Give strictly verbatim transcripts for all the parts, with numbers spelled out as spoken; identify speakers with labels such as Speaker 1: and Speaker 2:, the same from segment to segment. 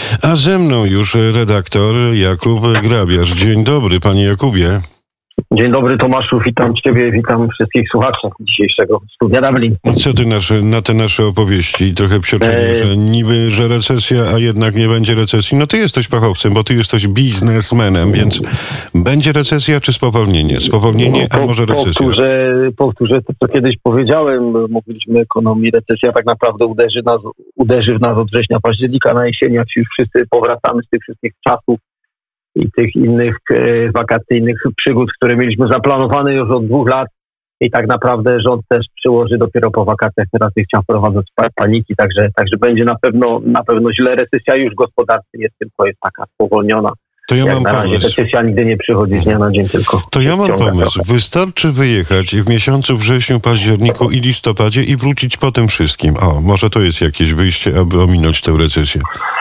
Speaker 1: A ze mną już redaktor Jakub Grabiarz. Dzień dobry, panie Jakubie.
Speaker 2: Dzień dobry, Tomaszu, witam Ciebie, witam wszystkich słuchaczy dzisiejszego Studia Dublin.
Speaker 1: Co ty nasze, na te nasze opowieści trochę psioczenie, e... że niby, że recesja, a jednak nie będzie recesji? No ty jesteś fachowcem, bo ty jesteś biznesmenem, więc będzie recesja czy spowolnienie? Spowolnienie, a może recesja?
Speaker 2: Powtórzę, powtórzę to, co kiedyś powiedziałem. Mówiliśmy o ekonomii, recesja tak naprawdę uderzy, nas, uderzy w nas od września, października na jesieni, jak już wszyscy powracamy z tych wszystkich czasów i tych innych e, wakacyjnych przygód, które mieliśmy zaplanowane już od dwóch lat i tak naprawdę rząd też przyłoży dopiero po wakacjach, teraz nie chciał wprowadzać paniki, także, także będzie na pewno na pewno źle. Recesja już w gospodarce jest, tylko jest taka spowolniona.
Speaker 1: To ja
Speaker 2: Jak
Speaker 1: mam
Speaker 2: na razie
Speaker 1: pomysł.
Speaker 2: Recesja nigdy nie przychodzi z dnia na dzień, tylko
Speaker 1: To ja mam pomysł.
Speaker 2: trochę.
Speaker 1: Wystarczy wyjechać w miesiącu wrześniu, październiku i listopadzie i wrócić po tym wszystkim. O, może to jest jakieś wyjście, aby ominąć tę recesję.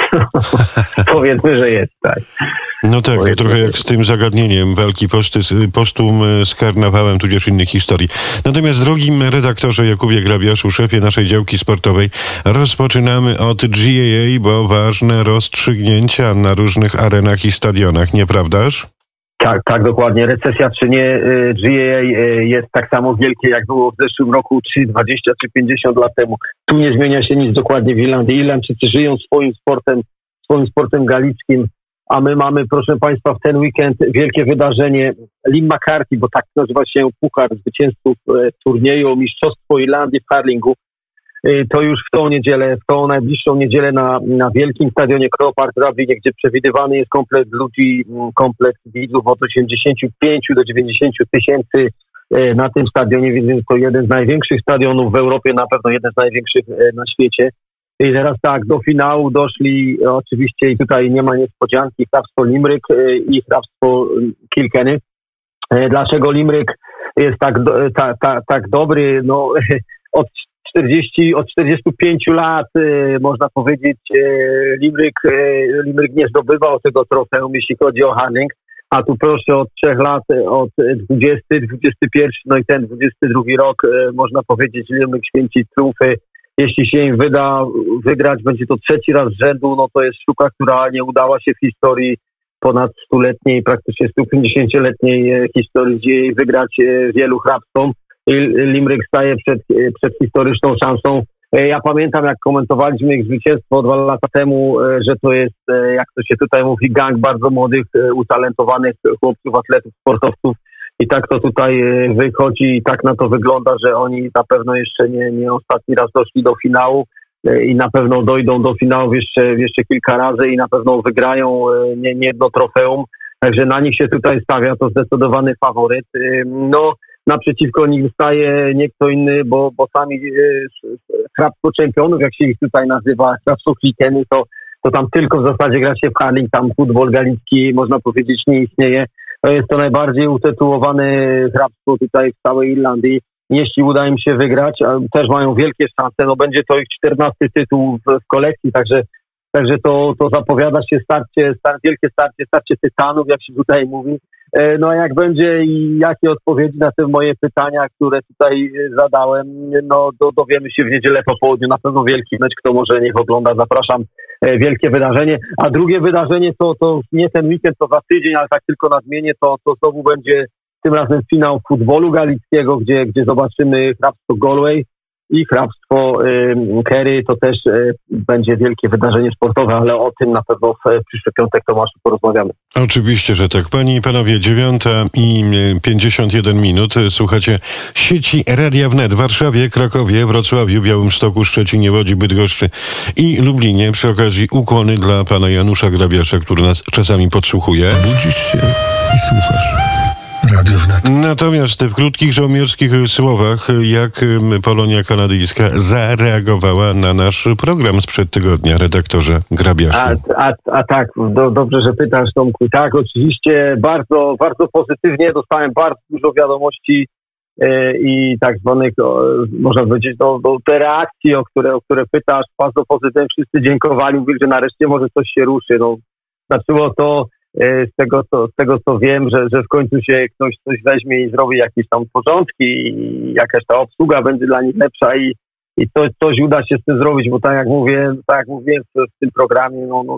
Speaker 2: Powiedzmy, że jest, tak.
Speaker 1: No tak, to trochę jak z tym zagadnieniem walki posty, postum z karnawałem, tudzież innych historii. Natomiast drogim redaktorze Jakubie Grabiaszu, szefie naszej działki sportowej, rozpoczynamy od G A A, bo ważne rozstrzygnięcia na różnych arenach i stadionach, nieprawdaż?
Speaker 2: Tak, tak, dokładnie. Recesja czy nie, G A A jest tak samo wielkie, jak było w zeszłym roku, czy dwadzieścia, czy pięćdziesiąt lat temu. Tu nie zmienia się nic dokładnie w Irlandii. Irlandczycy żyją swoim sportem, swoim sportem galickim, a my mamy, proszę Państwa, w ten weekend wielkie wydarzenie. Liam McCarthy, bo tak nazywa się puchar zwycięzców turnieju Mistrzostwo Irlandii w hurlingu. To już w tą niedzielę, w tą najbliższą niedzielę na, na wielkim stadionie Croke Park w Dublinie, gdzie przewidywany jest komplet ludzi, komplet widzów od osiemdziesięciu pięciu do dziewięćdziesięciu tysięcy na tym stadionie, więc to jeden z największych stadionów w Europie, na pewno jeden z największych na świecie. I teraz tak, do finału doszli oczywiście i tutaj nie ma niespodzianki, hrabstwo Limerick i hrabstwo Kilkenny. Dlaczego Limerick jest tak, tak, tak, tak dobry? No, od czterdziestu, od czterdziestu pięciu lat, e, można powiedzieć, e, Limerick, e, Limerick nie zdobywał tego trofeum, jeśli chodzi o hurling, a tu proszę od trzech lat, od dwudziestego, dwudziestego pierwszego, no i ten dwudziesty drugi rok, e, można powiedzieć, Limerick święci triumfy. Jeśli się im wyda wygrać, będzie to trzeci raz z rzędu, no to jest sztuka, która nie udała się w historii ponad stuletniej, praktycznie sto pięćdziesięcioletniej historii, gdzie jej wygrać e, wielu hrabstwom. Limerick staje przed, przed historyczną szansą. Ja pamiętam, jak komentowaliśmy ich zwycięstwo dwa lata temu, że to jest, jak to się tutaj mówi, gang bardzo młodych, utalentowanych chłopców, atletów, sportowców. I tak to tutaj wychodzi i tak na to wygląda, że oni na pewno jeszcze nie, nie ostatni raz doszli do finału i na pewno dojdą do finału jeszcze, jeszcze kilka razy i na pewno wygrają nie, nie jedno trofeum. Także na nich się tutaj stawia, to zdecydowany faworyt. No, naprzeciwko nich staje nie kto inny, bo, bo sami e, hrabstwo czempionów, jak się ich tutaj nazywa, hrabstwo Kilkenny, to, to tam tylko w zasadzie gra się w hurling, tam futbol galicki, można powiedzieć, nie istnieje. To jest to najbardziej utytułowane hrabstwo tutaj w całej Irlandii. Jeśli uda im się wygrać, też mają wielkie szanse, no będzie to ich czternasty tytuł w, w kolekcji, także Także to, to zapowiada się starcie, star, wielkie starcie, starcie tytanów, jak się tutaj mówi. No a jak będzie i jakie odpowiedzi na te moje pytania, które tutaj zadałem, no to dowiemy się w niedzielę po południu. Na pewno wielki mecz, kto może niech ogląda, zapraszam. Wielkie wydarzenie. A drugie wydarzenie to, to nie ten weekend, to za tydzień, ale tak tylko nadmienię, to, to znowu będzie tym razem finał futbolu galickiego, gdzie, gdzie zobaczymy hrabstwo Galway i hrabstwo y, Kerry. To też y, będzie wielkie wydarzenie sportowe, ale o tym na pewno w przyszły piątek, Tomaszu, porozmawiamy.
Speaker 1: Oczywiście, że tak. Panie i panowie, dziewiąta i pięćdziesiąt jeden minut. Słuchacie sieci Radia Wnet w Warszawie, Krakowie, Wrocławiu, Białymstoku, Szczecinie, Łodzi, Bydgoszczy i Lublinie. Przy okazji ukłony dla pana Janusza Grabiasza, który nas czasami podsłuchuje.
Speaker 3: Budzisz się i słuchasz. Radio Wnet.
Speaker 1: Natomiast w krótkich żołnierskich słowach, jak Polonia Kanadyjska zareagowała na nasz program sprzed tygodnia, redaktorze Grabiaszu?
Speaker 2: A, a, a tak, do, dobrze, że pytasz, Tomku. Tak, oczywiście bardzo, bardzo pozytywnie. Dostałem bardzo dużo wiadomości e, i tak zwanych, o, można powiedzieć, do, do te reakcji, o które, o które pytasz, bardzo pozytywnie. Wszyscy dziękowali, mówili, że nareszcie może coś się ruszy. No, znaczyło to z tego, co, z tego co wiem, że, że w końcu się ktoś coś weźmie i zrobi jakieś tam porządki i jakaś ta obsługa będzie dla nich lepsza i, i coś, coś uda się z tym zrobić, bo tak jak mówię, tak jak mówiłem w, w tym programie, no, no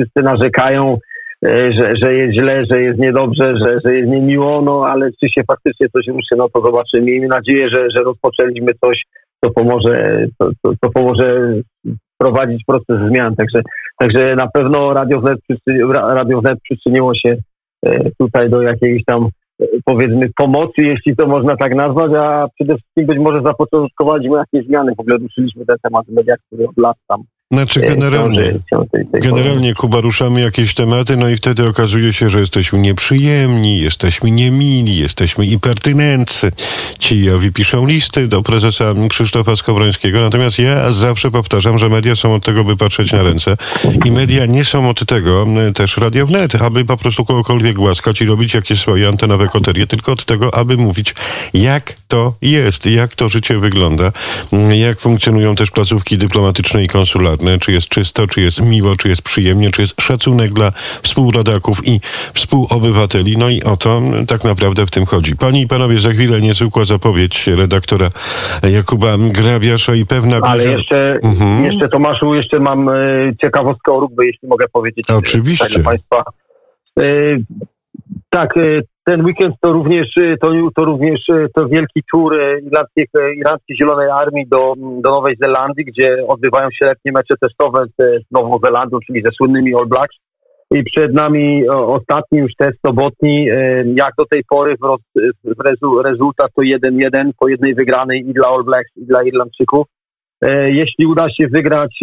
Speaker 2: wszyscy narzekają, że, że jest źle, że jest niedobrze, że, że jest niemiło, no ale czy się faktycznie coś ruszy, no to zobaczymy. Miejmy nadzieję, że, że rozpoczęliśmy coś, co pomoże, co, co, co pomoże prowadzić proces zmian. Także, także na pewno Radio Wnet, Radio Wnet przyczyniło się tutaj do jakiejś tam, powiedzmy, pomocy, jeśli to można tak nazwać, a przede wszystkim być może zapoczątkowaliśmy jakieś zmiany. W ogóle ruszyliśmy ten temat w mediach, który od lat tam.
Speaker 1: Znaczy generalnie, generalnie Kuba, ruszamy jakieś tematy, no i wtedy okazuje się, że jesteśmy nieprzyjemni, jesteśmy niemili, jesteśmy impertynentcy. Ci owi piszą listy do prezesa Krzysztofa Skowrońskiego, natomiast ja zawsze powtarzam, że media są od tego, by patrzeć na ręce i media nie są od tego, też Radio Wnet, aby po prostu kogokolwiek głaskać i robić jakieś swoje antenowe koterie, tylko od tego, aby mówić, jak to jest, jak to życie wygląda, jak funkcjonują też placówki dyplomatyczne i konsularne, czy jest czysto, czy jest miło, czy jest przyjemnie, czy jest szacunek dla współrodaków i współobywateli. No i o to tak naprawdę w tym chodzi. Panie i panowie, za chwilę niezwykła zapowiedź redaktora Jakuba Grabiasza i pewna...
Speaker 2: Ale jeszcze, mhm. jeszcze Tomaszu, jeszcze mam y, ciekawostkę o rugby, jeśli mogę powiedzieć.
Speaker 1: Oczywiście.
Speaker 2: Dla państwa. Y, tak, y, ten weekend to również to, to również to wielki tour irlandzkiej, irlandzkiej Zielonej Armii do, do Nowej Zelandii, gdzie odbywają się letnie mecze testowe z, z Nową Zelandią, czyli ze słynnymi All Blacks. I przed nami ostatni już test sobotni. Jak do tej pory w, roz, w rezu, rezultat to jeden jeden po jednej wygranej i dla All Blacks, i dla Irlandczyków. Jeśli uda się wygrać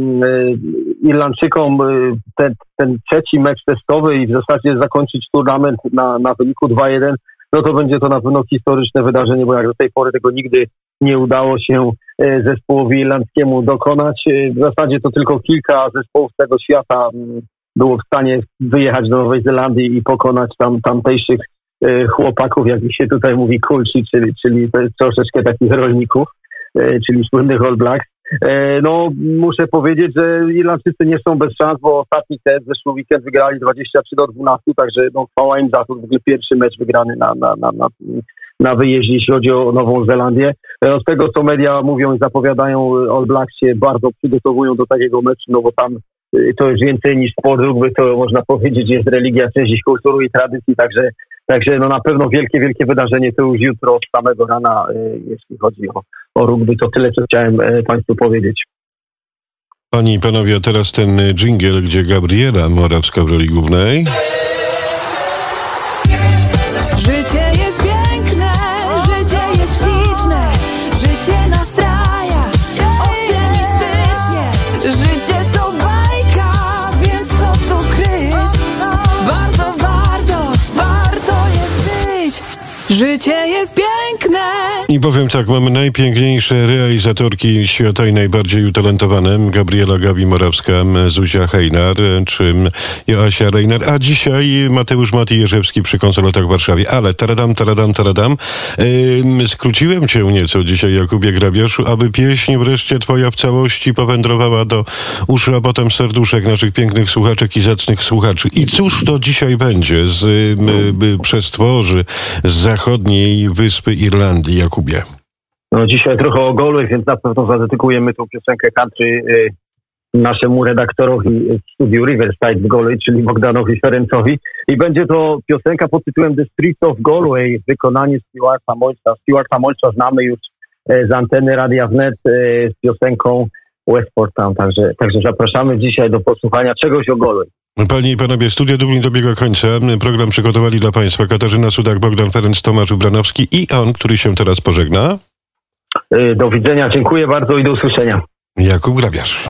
Speaker 2: Irlandczykom ten, ten trzeci mecz testowy i w zasadzie zakończyć turnament na, na wyniku dwa jeden, no to będzie to na pewno historyczne wydarzenie, bo jak do tej pory tego nigdy nie udało się zespołowi irlandzkiemu dokonać. W zasadzie to tylko kilka zespołów z tego świata było w stanie wyjechać do Nowej Zelandii i pokonać tam tamtejszych chłopaków, jak się tutaj mówi, kulci, czyli, czyli troszeczkę takich rolników, czyli słynnych All Blacks. No, muszę powiedzieć, że Irlandczycy nie są bez szans, bo ostatni test zeszły weekend wygrali dwadzieścia trzy do dwunastu, także no, chwała im za to. W ogóle pierwszy mecz wygrany na, na, na, na, na wyjeździe, jeśli chodzi o Nową Zelandię. Z tego, co media mówią i zapowiadają, All Blacks się bardzo przygotowują do takiego meczu, no bo tam to jest więcej niż sport rugby, to można powiedzieć, jest religia, część ich kultury i tradycji, także Także no na pewno wielkie, wielkie wydarzenie to już jutro od samego rana, jeśli chodzi o, o rugby. To tyle, co chciałem Państwu powiedzieć.
Speaker 1: Panie i panowie, a teraz ten dżingiel, gdzie Gabriela Morawska w roli głównej.
Speaker 4: Życie jest piękne, życie jest śliczne, życie nastraja optymistycznie. Życie to bajka, więc co tu kryć? Bardzo warto, warto jest żyć. Życie jest piękne.
Speaker 1: I powiem tak, mamy najpiękniejsze realizatorki świata i najbardziej utalentowane. Gabriela Gabi Morawska, Zuzia Hejnar czy Joasia Rejnar, a dzisiaj Mateusz Mati Jerzewski przy konsoletach w Warszawie. Ale taradam, taradam, taradam. Yy, skróciłem cię nieco dzisiaj, Jakubie Grabiaszu, aby pieśń wreszcie twoja w całości powędrowała do uszu, a potem serduszek naszych pięknych słuchaczek i zacnych słuchaczy. I cóż to dzisiaj będzie z yy, przestworzy z zachodniej wyspy Irlandii, Jakubie?
Speaker 2: No dzisiaj trochę o Galway, więc na pewno zadedykujemy tą piosenkę country y, naszemu redaktorowi w studiu Riverside w Galway, czyli Bogdanowi Ferencowi. I będzie to piosenka pod tytułem The Streets of Galway w wykonaniu Stuarta Molcha. Stuarta Molcha znamy już y, z anteny Radia Wnet y, z piosenką Westport Town. Także, także zapraszamy dzisiaj do posłuchania czegoś o Galway.
Speaker 1: Panie i panowie, Studia Dublin dobiega końca. Program przygotowali dla państwa Katarzyna Sudak, Bogdan Ferenc, Tomasz Wybranowski i on, który się teraz pożegna.
Speaker 2: Do widzenia, dziękuję bardzo i do usłyszenia.
Speaker 1: Jakub Grabiasz.